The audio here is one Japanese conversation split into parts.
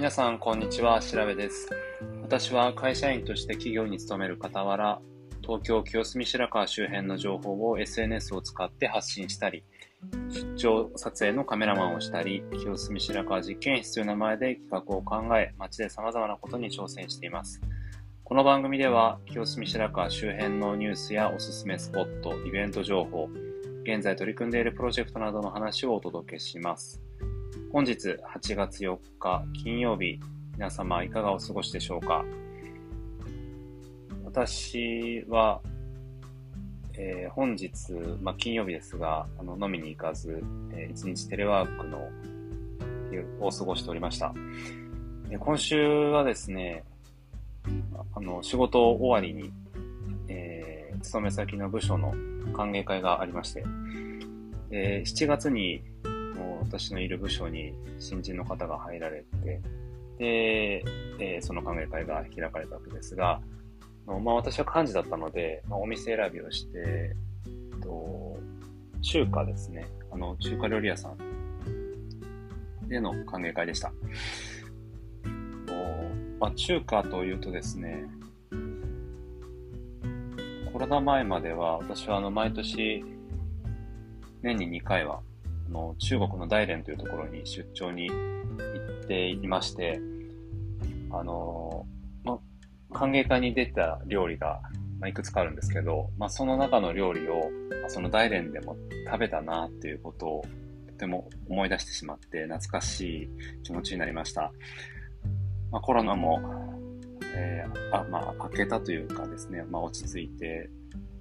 皆さん、こんにちは。調べです。私は会社員として企業に勤める傍ら、東京清澄白河周辺の情報を SNS を使って発信したり、出張撮影のカメラマンをしたり、清澄白河実験室という名前で企画を考え、街で様々なことに挑戦しています。この番組では、清澄白河周辺のニュースやおすすめスポット、イベント情報、現在取り組んでいるプロジェクトなどの話をお届けします。本日8月4日金曜日、皆様いかがお過ごしでしょうか。私は、本日、金曜日ですが、飲みに行かず、一日テレワークを過ごしておりました。今週はですね、仕事終わりに、勤め先の部署の歓迎会がありまして、7月に私のいる部署に新人の方が入られて、で、その歓迎会が開かれたわけですが、私は幹事だったので、お店選びをして、中華ですね、中華料理屋さんでの歓迎会でした。中華というとですね、コロナ前までは私は毎年年に2回は中国の大連というところに出張に行っていまして、歓迎会に出た料理が、いくつかあるんですけど、その中の料理を、その大連でも食べたなっていうことをとても思い出してしまって懐かしい気持ちになりました。コロナも、明けたというかですね、落ち着いて、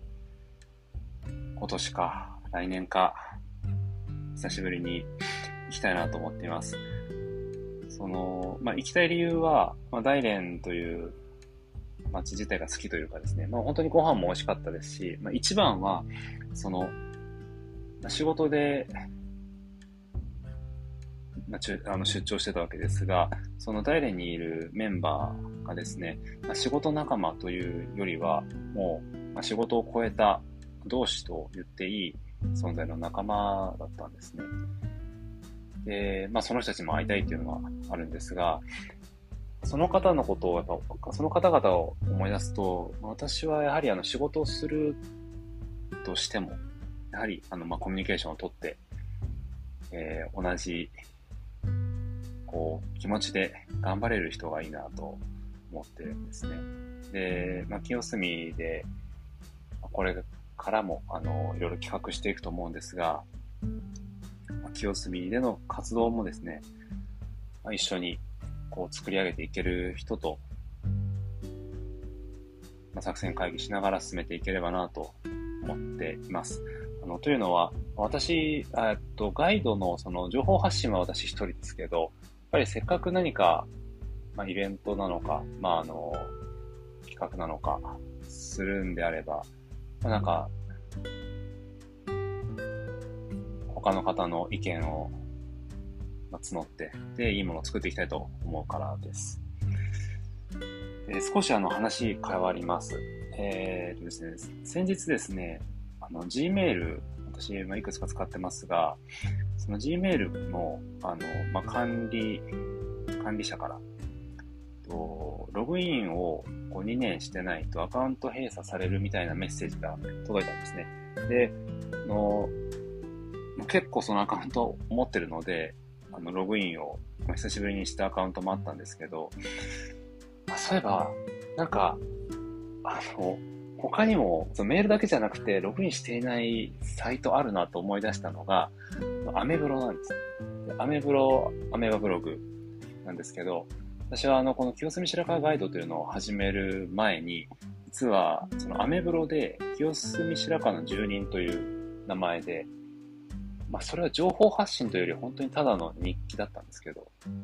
今年か来年か久しぶりに行きたいなと思っています。行きたい理由は、大連という街自体が好きというかですね、本当にご飯も美味しかったですし、一番は、仕事で、出張してたわけですが、その大連にいるメンバーがですね、仕事仲間というよりは、もう、仕事を超えた同志と言っていい存在の仲間だったんですね。で、その人たちも会いたいっていうのはあるんですが、その方のことをその方々を思い出すと、私はやはり仕事をするとしても、やはりコミュニケーションをとって、同じ気持ちで頑張れる人がいいなと思ってるんですね。で、清澄でこれからもいろいろ企画していくと思うんですが、清澄での活動もですね、一緒に作り上げていける人と、作戦会議しながら進めていければなと思っています。というのは、私、ガイドのその情報発信は私一人ですけど、やっぱりせっかく何か、イベントなのか、企画なのか、するんであれば、他の方の意見を募って、で、いいものを作っていきたいと思うからです。少し話変わります。ですね、先日ですね、Gmail、私、いくつか使ってますが、その Gmail の、管理者から、ログインを2年してないとアカウント閉鎖されるみたいなメッセージが届いたんですね。で、結構そのアカウントを持ってるので、ログインを久しぶりにしたアカウントもあったんですけど、そういえば、他にもメールだけじゃなくてログインしていないサイトあるなと思い出したのが、アメブロなんです。アメバブログなんですけど、私はこの清澄白河ガイドというのを始める前に、実はそのアメブロで清澄白河の住人という名前で、それは情報発信というより本当にただの日記だったんですけど、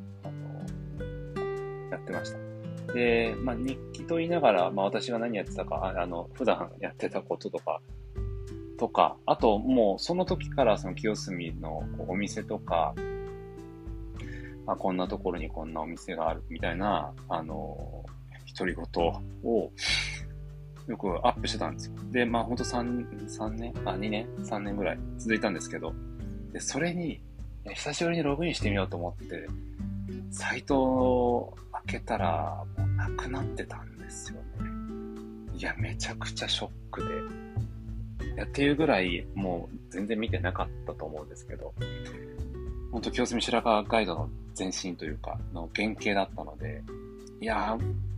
やってました。で、日記と言いながら、私が何やってたか、普段やってたこととか、あともうその時からその清澄のお店とか、こんなところにこんなお店があるみたいな、独り言をよくアップしてたんですよ。で、ほんと2年ぐらい続いたんですけど、で、それに、久しぶりにログインしてみようと思って、 サイトを開けたら、もうなくなってたんですよね。いや、めちゃくちゃショックで。いや、っていうぐらい、もう全然見てなかったと思うんですけど、ほんと清澄白河ガイドの前身というか、の原型だったので、いや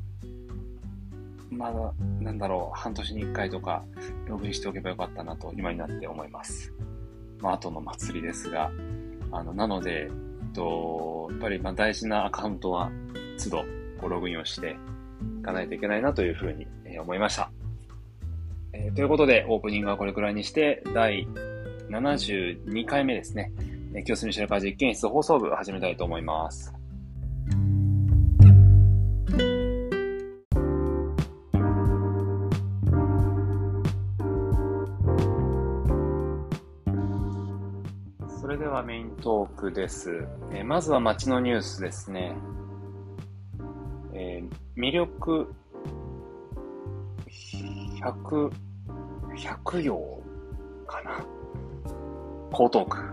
まだ、なんだろう、半年に一回とか、ログインしておけばよかったなと、今になって思います。後の祭りですが、なので、やっぱり大事なアカウントは都度ログインをしていかないといけないなというふうに思いました。ということで、オープニングはこれくらいにして、第72回目ですね。清澄白河実験室放送部始めたいと思います。それではメイントークです。まずは街のニュースですね。魅力100用かな。江東区。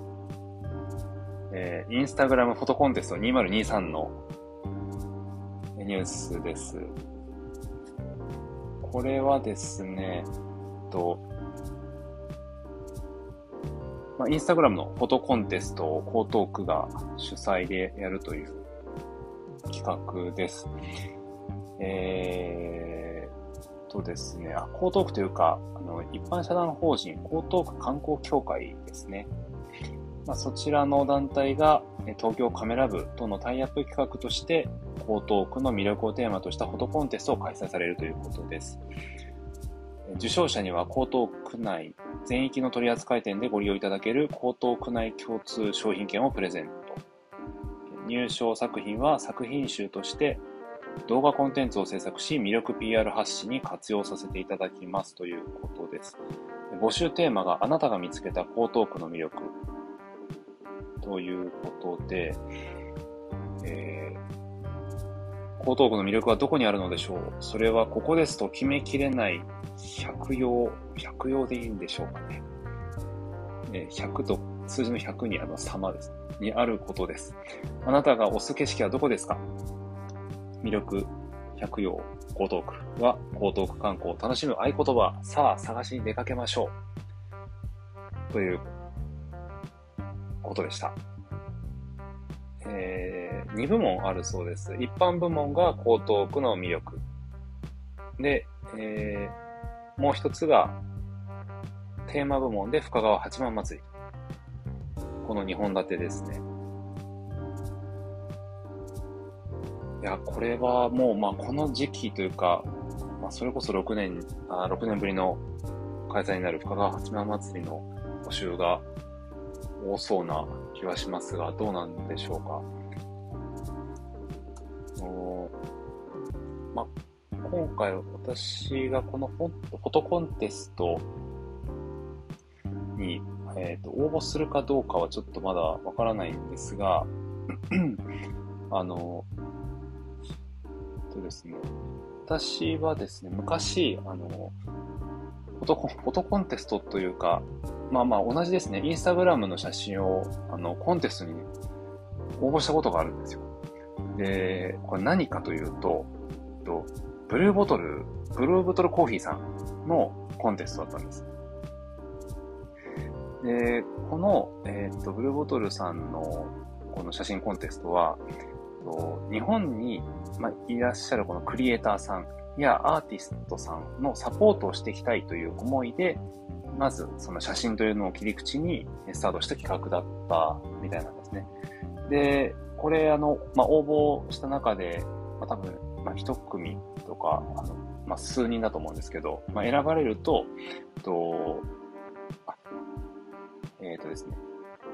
インスタグラムフォトコンテスト2023のニュースです。これはですね、インスタグラムのフォトコンテストを江東区が主催でやるという企画です。ですね、江東区というか、一般社団法人江東区観光協会ですね。そちらの団体が東京カメラ部とのタイアップ企画として江東区の魅力をテーマとしたフォトコンテストを開催されるということです。受賞者には江東区内全域の取扱店でご利用いただける江東区内共通商品券をプレゼント。入賞作品は作品集として動画コンテンツを制作し魅力 PR 発信に活用させていただきますということです。募集テーマがあなたが見つけた江東区の魅力ということで、江東区の魅力はどこにあるのでしょう。それはここですと決めきれない100用でいいんでしょうかね。100と数字の100に様です。にあることです。あなたが推す景色はどこですか？魅力100用江東区は江東区観光を楽しむ合言葉。さあ探しに出かけましょう。ということでした。2部門あるそうです。一般部門が江東区の魅力。で、もう一つがテーマ部門で深川八幡祭り。この2本立てですね。いや、これはもう、この時期というか、それこそ6年ぶりの開催になる深川八幡祭りの募集が多そうな気はしますが、どうなんでしょうか。今回私がこのフォトコンテストに、応募するかどうかはちょっとまだわからないんですが、ですね、私はですね、昔、フォトコンテストというか、同じですね、インスタグラムの写真を、コンテストに応募したことがあるんですよ。で、これ何かというと、ブルーボトルコーヒーさんのコンテストだったんです。で、この、ブルーボトルさんのこの写真コンテストは、日本に、いらっしゃるこのクリエイターさんやアーティストさんのサポートをしていきたいという思いで、まずその写真というのを切り口にスタートした企画だったみたいなんですね。で、これ応募した中で、多分、一組とか、数人だと思うんですけど、選ばれると、ですね、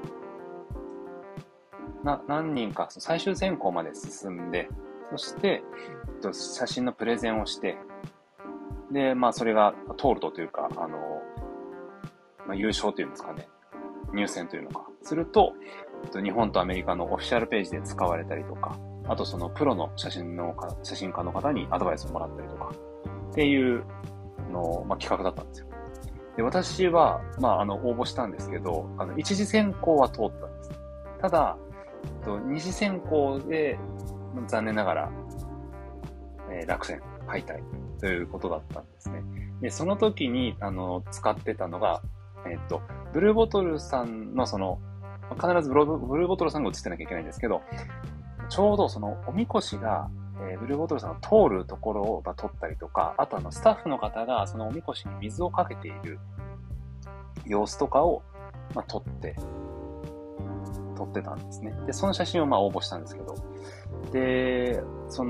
何人か最終選考まで進んで、そして、写真のプレゼンをして、で、それが通るというか、優勝というんですかね、入選というのか、すると、日本とアメリカのオフィシャルページで使われたりとか、あとそのプロの写真家の方にアドバイスをもらったりとか、っていうの、企画だったんですよ。で、私は、応募したんですけど、一次選考は通ったんです。ただ、 二次選考で、残念ながら、落選、敗退ということだったんですね。で、その時に、使ってたのが、ブルーボトルさんの必ずブルーボトルさんが映ってなきゃいけないんですけど、ちょうどそのおみこしが、ブルーボトルさんが通るところを撮ったりとか、あとスタッフの方がそのおみこしに水をかけている様子とかを、撮ってたんですね。で、その写真を応募したんですけど、で、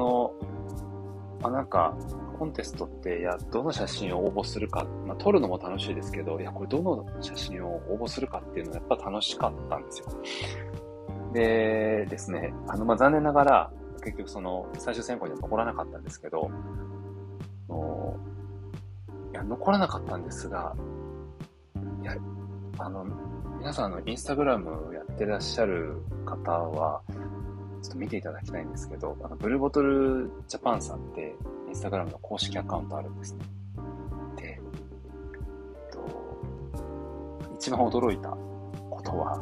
なんか、コンテストって、どの写真を応募するか、撮るのも楽しいですけど、これどの写真を応募するかっていうのがやっぱ楽しかったんですよ。でですね、残念ながら、結局最終選考には残らなかったんですけど、残らなかったんですが、皆さんインスタグラムやってらっしゃる方は、ちょっと見ていただきたいんですけど、ブルーボトルジャパンさんって、インスタグラムの公式アカウントあるんですね。で、一番驚いたことは、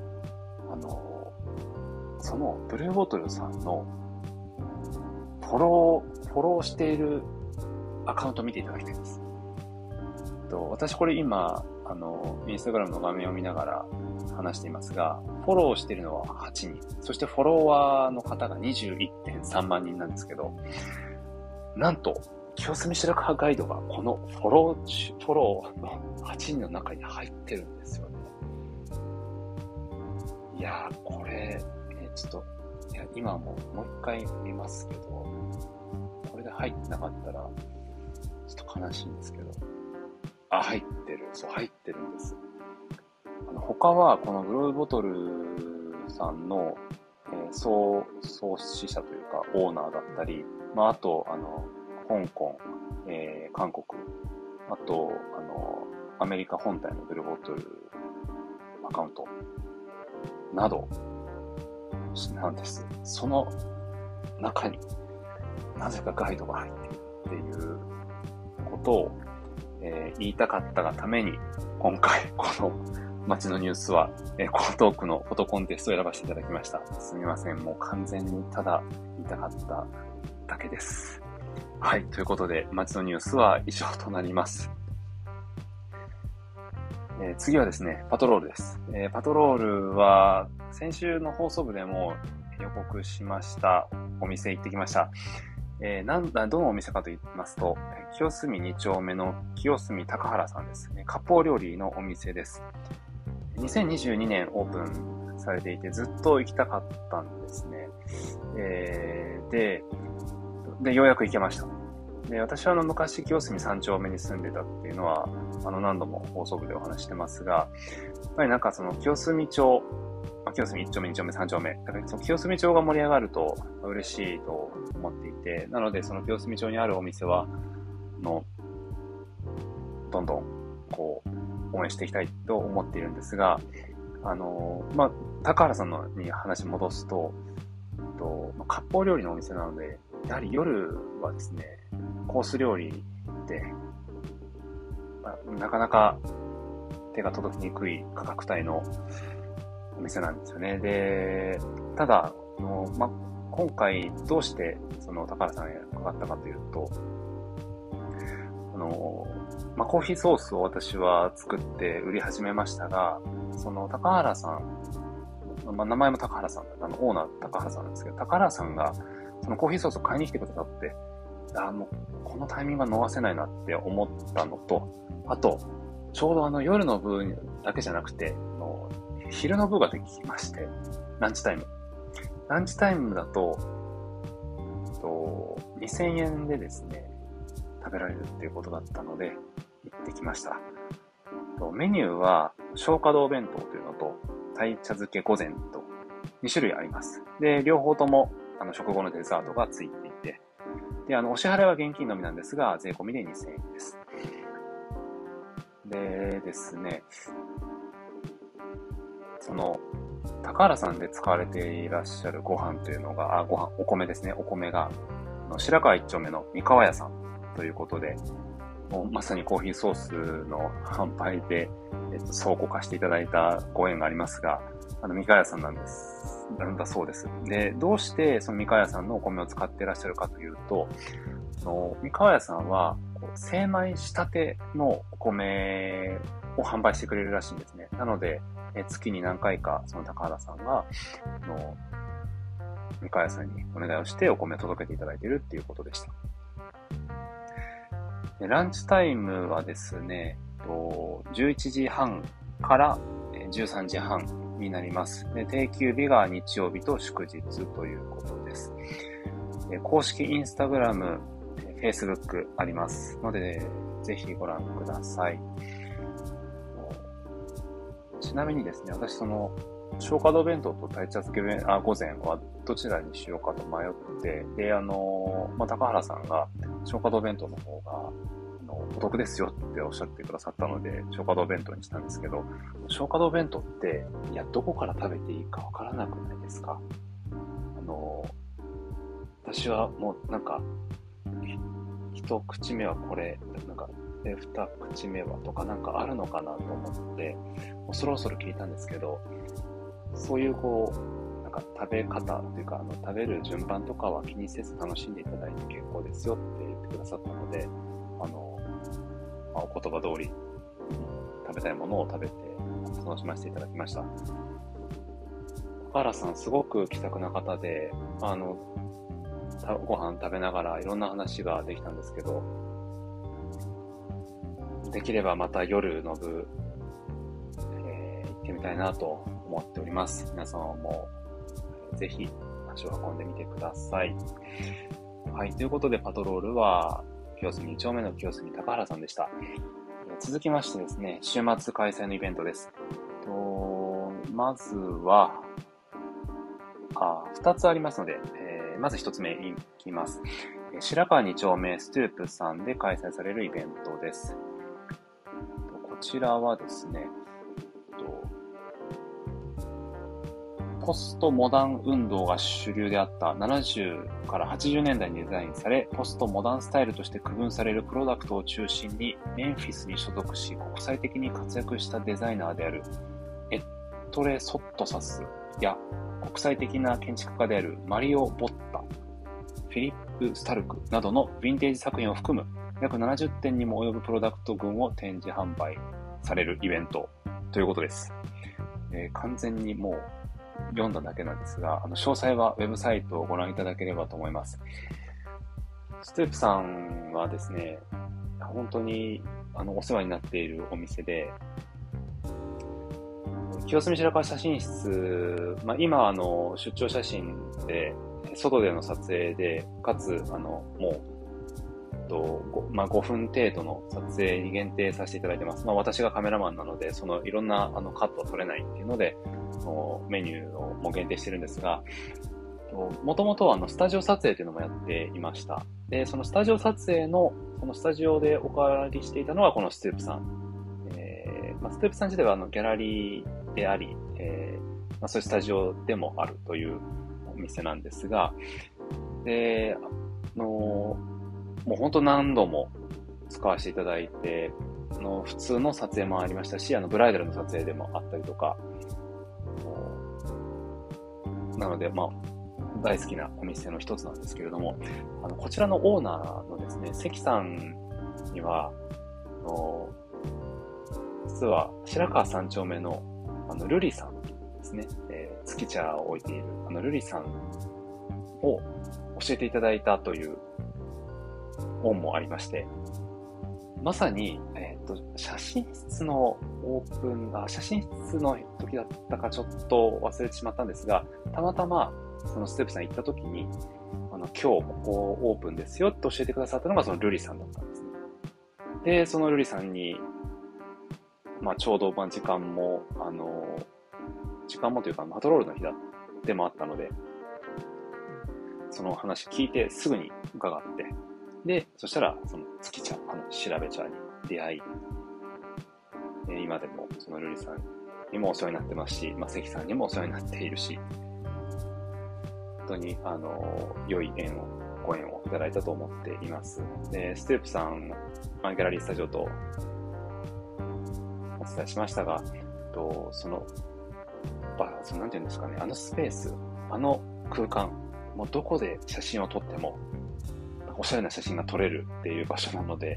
そのブルーボトルさんのフォローしているアカウントを見ていただきたいんです。私これ今、インスタグラムの画面を見ながら話していますが、フォローしているのは8人。そしてフォロワーの方が 21.3 万人なんですけど、なんと、清澄白河ガイドがこのフォローの8人の中に入ってるんですよね。いやー、これ、今もう一回見ますけど、これで入ってなかったら、ちょっと悲しいんですけど、入ってる。そう、入ってるんです。他は、このブルーボトルさんの、創始者というか、オーナーだったり、あと、香港、韓国、あと、アメリカ本体のブルーボトルアカウント、など、なんです。その中になぜかガイドが入っているっていうことを、言いたかったがために、今回この街のニュースは、江東区のフォトコンテストを選ばせていただきました。すみません。もう完全にただ言いたかっただけです。はい。ということで、街のニュースは以上となります。次はですね、パトロールです。パトロールは、先週の放送部でも予告しましたお店行ってきました。どのお店かと言いますと、清澄2丁目の清澄高原さんですね。割烹料理のお店です。2022年オープンされていて、ずっと行きたかったんですね。で、ようやく行けました。で、私は昔清澄3丁目に住んでたっていうのは、何度も放送部でお話してますが、やっぱりなんか清澄町、清澄1丁目、2丁目、3丁目。だから清澄町が盛り上がると嬉しいと思っていて、なのでその清澄町にあるお店は、どんどん応援していきたいと思っているんですが、高原さんに話戻すと、割烹料理のお店なので、やはり夜はですね、コース料理で、なかなか手が届きにくい価格帯のお店なんですよね。で、ただ、今回どうして高原さんへ伺ったかというと、コーヒーソースを私は作って売り始めましたが、高原さん、名前も高原さん、オーナー高原さんなんですけど、高原さんがコーヒーソースを買いに来てくださって、もうこのタイミングは逃せないなって思ったのと、あと、ちょうど夜の部だけじゃなくて、昼の部ができまして、ランチタイム。ランチタイムだと、2000円でですね、食べられるっていうことだったので、行ってきました。メニューは、松花堂弁当というのと、鯛茶漬け御膳と2種類あります。で、両方とも、食後のデザートがついていて、で、お支払いは現金のみなんですが、税込みで2000円です。でですね、高原さんで使われていらっしゃるご飯というのが、お米ですね。お米が、白川一丁目の三河屋さんということで、もうまさにコーヒーソースの販売で、倉庫化していただいたご縁がありますが、 三河屋さんなんだそうです。で、どうしてその三河屋さんのお米を使っていらっしゃるかというと、三河屋さんは、精米したてのお米を販売してくれるらしいんですね。なので、月に何回か、その高原さんが、三河屋さんにお願いをしてお米を届けていただいているっていうことでした。でランチタイムはですね、11時半から13時半になります。で定休日が日曜日と祝日ということです。で公式インスタグラム、Facebook ありますので、ぜひご覧ください。ちなみにですね、私松花堂弁当と鯛茶漬け御膳はどちらにしようかと迷って、で、高原さんが松花堂弁当の方が、お得ですよっておっしゃってくださったので、松花堂弁当にしたんですけど、松花堂弁当って、どこから食べていいかわからなくないですか？私はもう一口目はこれ、で、二口目はとかあるのかなと思って、もうそろそろ聞いたんですけど、そういう食べ方というか、食べる順番とかは気にせず楽しんでいただいて結構ですよって言ってくださったので、お言葉通り、食べたいものを食べて楽しませていただきました。高原さんすごく気さくな方で、ご飯食べながらいろんな話ができたんですけど、できればまた夜の部、行ってみたいなと思っております。皆さんもぜひ足を運んでみてください。はい、ということでパトロールは清澄2丁目の清澄高原さんでした。続きましてですね、週末開催のイベントです。まずは2つありますので、まず1つ目いきます。白川2丁目ストゥープさんで開催されるイベントです。こちらはですね、ポストモダン運動が主流であった70から80年代にデザインされ、ポストモダンスタイルとして区分されるプロダクトを中心にメンフィスに所属し、国際的に活躍したデザイナーであるエットレ・ソットサスや国際的な建築家であるマリオ・ボッタ、フィリップ・スタルクなどのヴィンテージ作品を含む約70点にも及ぶプロダクト群を展示販売されるイベントということです。完全にもう読んだだけなんですが、詳細はウェブサイトをご覧いただければと思います。ストゥープさんはですね、本当にお世話になっているお店で、清澄白河写真室、今出張写真で外での撮影で、かつもう5分程度の撮影に限定させていただいてます。私がカメラマンなので、いろんなカットは撮れないっていうので、メニューをも限定してるんですが、もともとはスタジオ撮影というのもやっていました。で、そのスタジオ撮影の、そのスタジオでお借りしていたのがこのストゥープさん。ストゥープさん自体はギャラリーであり、そういうスタジオでもあるというお店なんですが、で、もう本当何度も使わせていただいて、普通の撮影もありましたし、ブライダルの撮影でもあったりとか、なので、大好きなお店の一つなんですけれども、こちらのオーナーのですね、関さんには、実は白川3丁目のルリさんですね、月茶を置いているルリさんを教えていただいたという恩もありまして、まさに、写真室のオープンが、写真室の時だったかちょっと忘れてしまったんですが、たまたまそのステップさん行った時に、今日ここオープンですよって教えてくださったのがそのルリさんだったんですね。で、そのルリさんに、ちょうど時間もというか、パトロールの日でもあったので、その話聞いてすぐに伺って、で、そしたら、その月茶、調べ茶に出会い、今でもそのルリさんにもお世話になってますし、関さんにもお世話になっているし、本当に、良いご縁をいただいたと思っています。で、ストゥープさん、ギャラリースタジオとお伝えしましたが、そのぱ、なんていうんですかね、あのスペース、あの空間、もうどこで写真を撮っても、おしゃれな写真が撮れるっていう場所なので、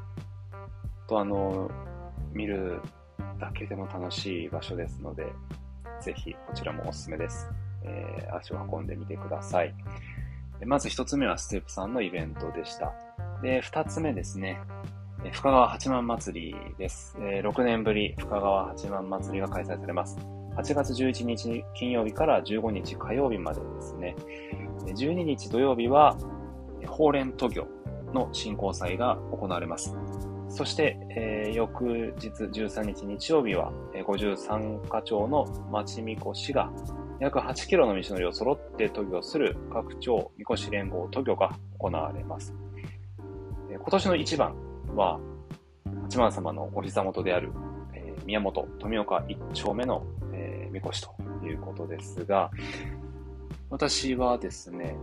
見るだけでも楽しい場所ですので、ぜひこちらもおすすめです。足を運んでみてください。まず一つ目はステップさんのイベントでした。で、二つ目ですね、深川八幡祭りです。6年ぶり深川八幡祭りが開催されます。8月11日金曜日から15日火曜日までですね。12日土曜日は宝蓮渡御の振興祭が行われます。そして、翌日13日日曜日は53カ町の町みこしが約8キロの道のりを揃って渡御する各町みこし連合渡御が行われます。今年の一番は八幡様のお膝元である、宮本富岡一丁目の、みこしということですが、私はですね、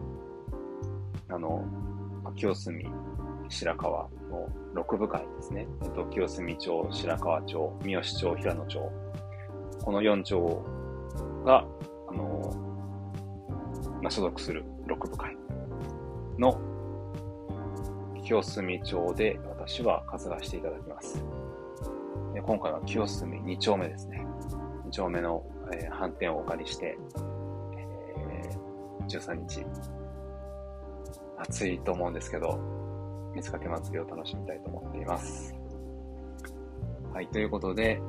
清澄白河の6部会ですね。清澄町、白河町、三好町、平野町。この4町が、所属する6部会の清澄町で私は担がしていただきます。今回は清澄2丁目ですね。2丁目の、飯店をお借りして、13日、暑いと思うんですけど、水かけ祭りを楽しみたいと思っています。はい、ということで、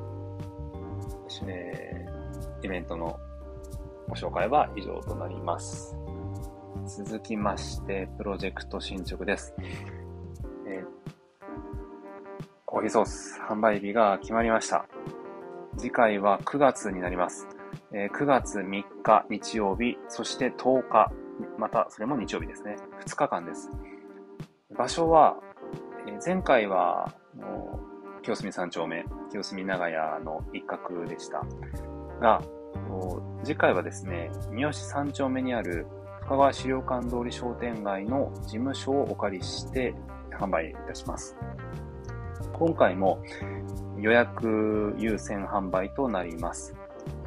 イベントのご紹介は以上となります。続きまして、プロジェクト進捗です。コーヒーソース販売日が決まりました。次回は9月になります。9月3日日曜日、そして10日、またそれも日曜日ですね。2日間です。場所は、前回は清澄3丁目、清澄長屋の一角でしたが、次回はですね、三好3丁目にある深川資料館通り商店街の事務所をお借りして販売いたします。今回も予約優先販売となります。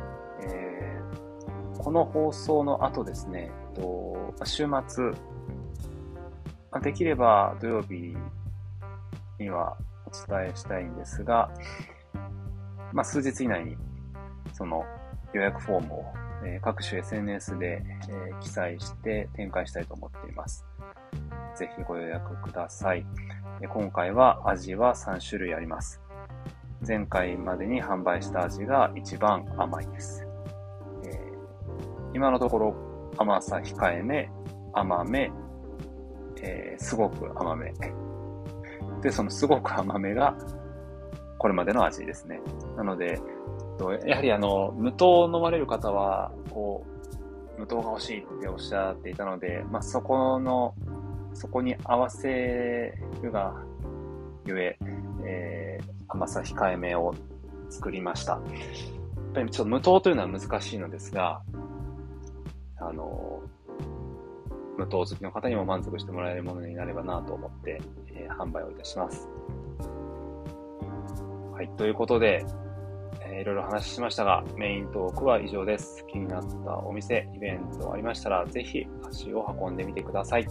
この放送の後ですね、週末、できれば土曜日にはお伝えしたいんですが、数日以内にその予約フォームを、各種 SNS で、記載して展開したいと思っています。ぜひご予約ください。今回は味は3種類あります。前回までに販売した味が一番甘いです。今のところ甘さ控えめ、甘め、すごく甘め。で、そのすごく甘めがこれまでの味ですね。なので、やはり無糖を飲まれる方は、無糖が欲しいっておっしゃっていたので、そこに合わせるがゆえ、甘さ控えめを作りました。やっぱりちょっと無糖というのは難しいのですが、無糖好きの方にも満足してもらえるものになればなと思って、販売をいたします。はい、ということで、いろいろ話しましたが、メイントークは以上です。気になったお店、イベントありましたら、ぜひ足を運んでみてください。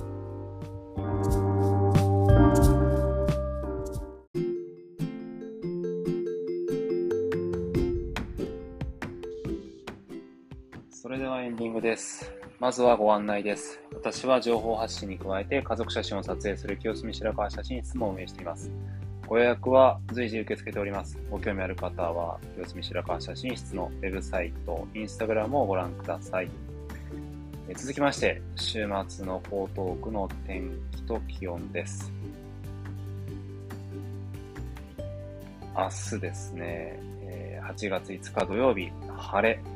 それではエンディングです。まずはご案内です。私は情報発信に加えて家族写真を撮影する清澄白河写真室も運営しています。ご予約は随時受け付けております。ご興味ある方は清澄白河写真室のウェブサイト、インスタグラムをご覧ください。続きまして、週末の江東区の天気と気温です。明日ですね、8月5日土曜日、晴れ。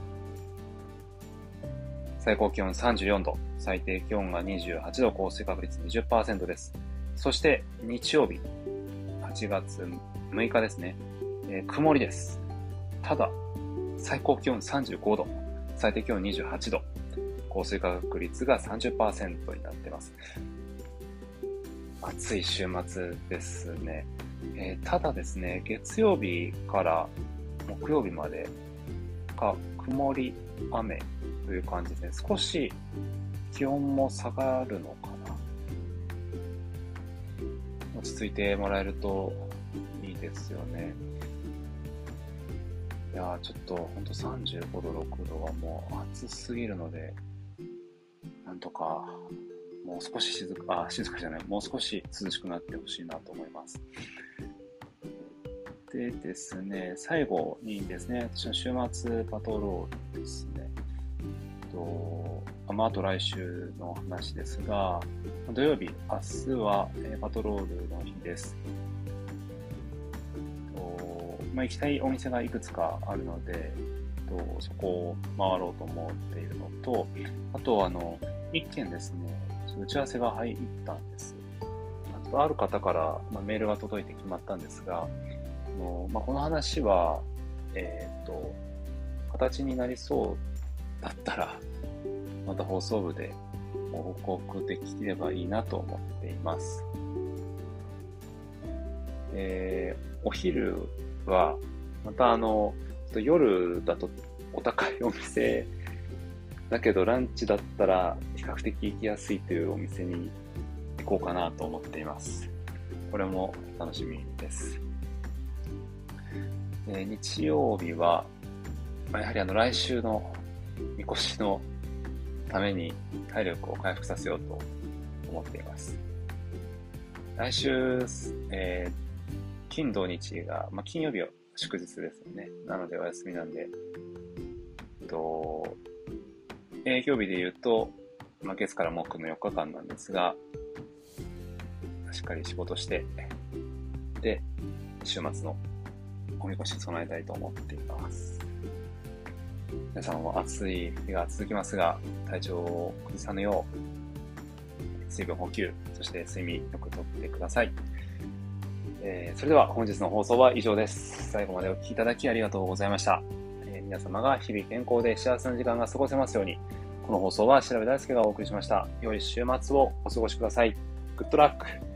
最高気温34度、最低気温が28度、降水確率 20% です。そして日曜日、8月6日ですね、曇りです。ただ、最高気温35度、最低気温28度、降水確率が 30% になっています。暑い週末ですね。ただですね、月曜日から木曜日までか曇り、雨という感じですね。少し気温も下がるのかな。落ち着いてもらえるといいですよね。いやー、ちょっとほんと35度、6度はもう暑すぎるので、なんとかもう少し静かじゃない、もう少し涼しくなってほしいなと思います。でですね、最後にですね、私の週末パトロールですね。あと来週の話ですが、土曜日、明日はパトロールの日です。行きたいお店がいくつかあるので、そこを回ろうと思っているのと、あと一件ですね、打ち合わせが入ったんです。ある方からメールが届いて決まったんですが、この話は、形になりそうだったら、また放送部で報告できればいいなと思っています。お昼は、また夜だとお高いお店だけど、ランチだったら比較的行きやすいというお店に行こうかなと思っています。これも楽しみです。日曜日は、やはり来週のみこしのために体力を回復させようと思っています。来週、金土日が、金曜日は祝日ですよね。なのでお休みなんで、営業日で言うと、月から木の4日間なんですが、しっかり仕事して、で、週末のおみこしに備えたいと思っています。皆さんも暑い日が続きますが、体調を崩さぬよう、水分補給、そして睡眠よくとってください。それでは本日の放送は以上です。最後までお聞きいただきありがとうございました。皆様が日々健康で幸せな時間が過ごせますように、この放送は調べ大輔がお送りしました。良い週末をお過ごしください。グッドラック。